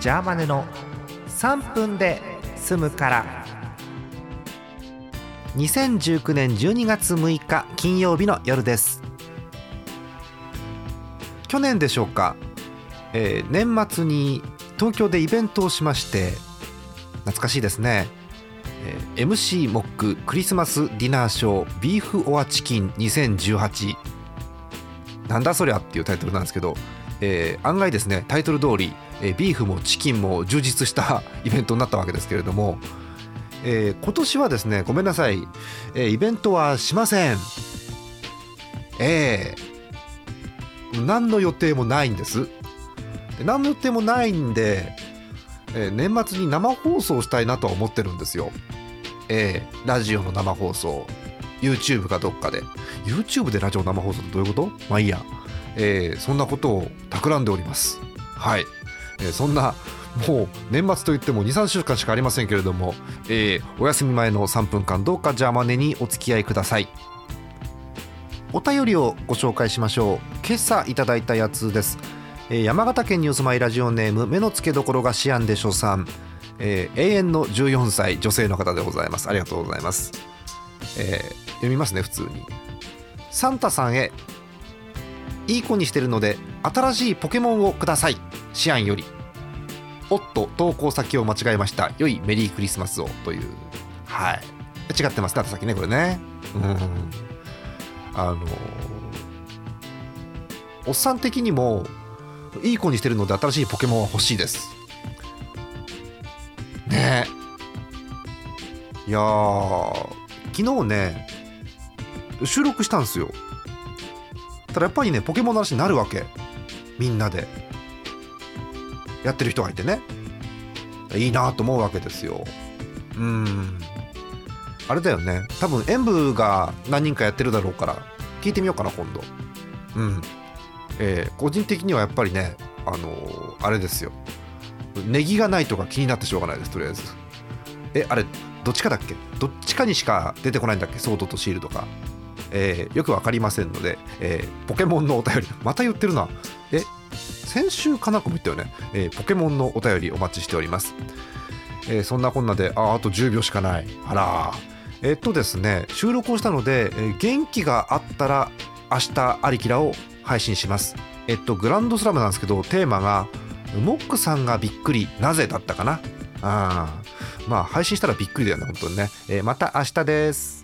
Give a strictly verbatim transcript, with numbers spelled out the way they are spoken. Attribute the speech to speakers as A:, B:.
A: ジャーマネのさんぷんで済むから。にせんじゅうきゅうねんじゅうにがつむいか金曜日の夜です。去年でしょうか、えー、年末に東京でイベントをしまして、懐かしいですね、えー、エムシー モッククリスマスディナーショービーフオアチキンにせんじゅうはち、なんだそりゃっていうタイトルなんですけど、えー、案外ですね、タイトル通り、えー、ビーフもチキンも充実したイベントになったわけですけれども、えー、今年はですね、ごめんなさい、えー、イベントはしません。えー、何の予定もないんです。で何の予定もないんで、えー、年末に生放送したいなとは思ってるんですよ。えー、ラジオの生放送、 YouTube かどっかで YouTube でラジオ生放送ってどういうこと？まあいいや、えー、そんなことを企んでおります。はい、えー、そんなもう年末といっても にさんしゅうかんしかありませんけれども、えー、お休み前のさんぷんかんどうかジャーマネにお付き合いください。お便りをご紹介しましょう。今朝いただいたやつです。えー、山形県にお住まいラジオネーム目の付けどころがシアンでしょさん、えー、永遠のじゅうよんさい女性の方でございます。ありがとうございます。えー、読みますね。普通にサンタさんへ、いい子にしてるので新しいポケモンをください。シアンより。おっと、投稿先を間違えました。良いメリークリスマスをという。はい、違ってますね、先ね、これね。うんあのー、おっさん的にもいい子にしてるので新しいポケモンは欲しいですね。えいやー、昨日ね収録したんですよ。ただやっぱりね、ポケモンの話になるわけ。みんなでやってる人がいてね、いいなと思うわけですよ。うーんあれだよね、多分演舞が何人かやってるだろうから聞いてみようかな今度。うんえー、個人的にはやっぱりね、あのー、あれですよ、ネギがないとか気になってしょうがないです。とりあえずえあれどっちかだっけ、どっちかにしか出てこないんだっけ、ソードとシールドか、えー、よくわかりませんので、えー、ポケモンのお便りまた言ってるな。え先週かなんかも言ったよね、えー、ポケモンのお便りお待ちしております。えー、そんなこんなで あ, あとじゅうびょうしかない。あらえっとですね収録をしたので、えー、元気があったら明日アリキラを配信します。えっとグランドスラムなんですけど、テーマがモックさんがびっくりなぜだったかな。あまあ配信したらびっくりだよね本当にね。えー、また明日です。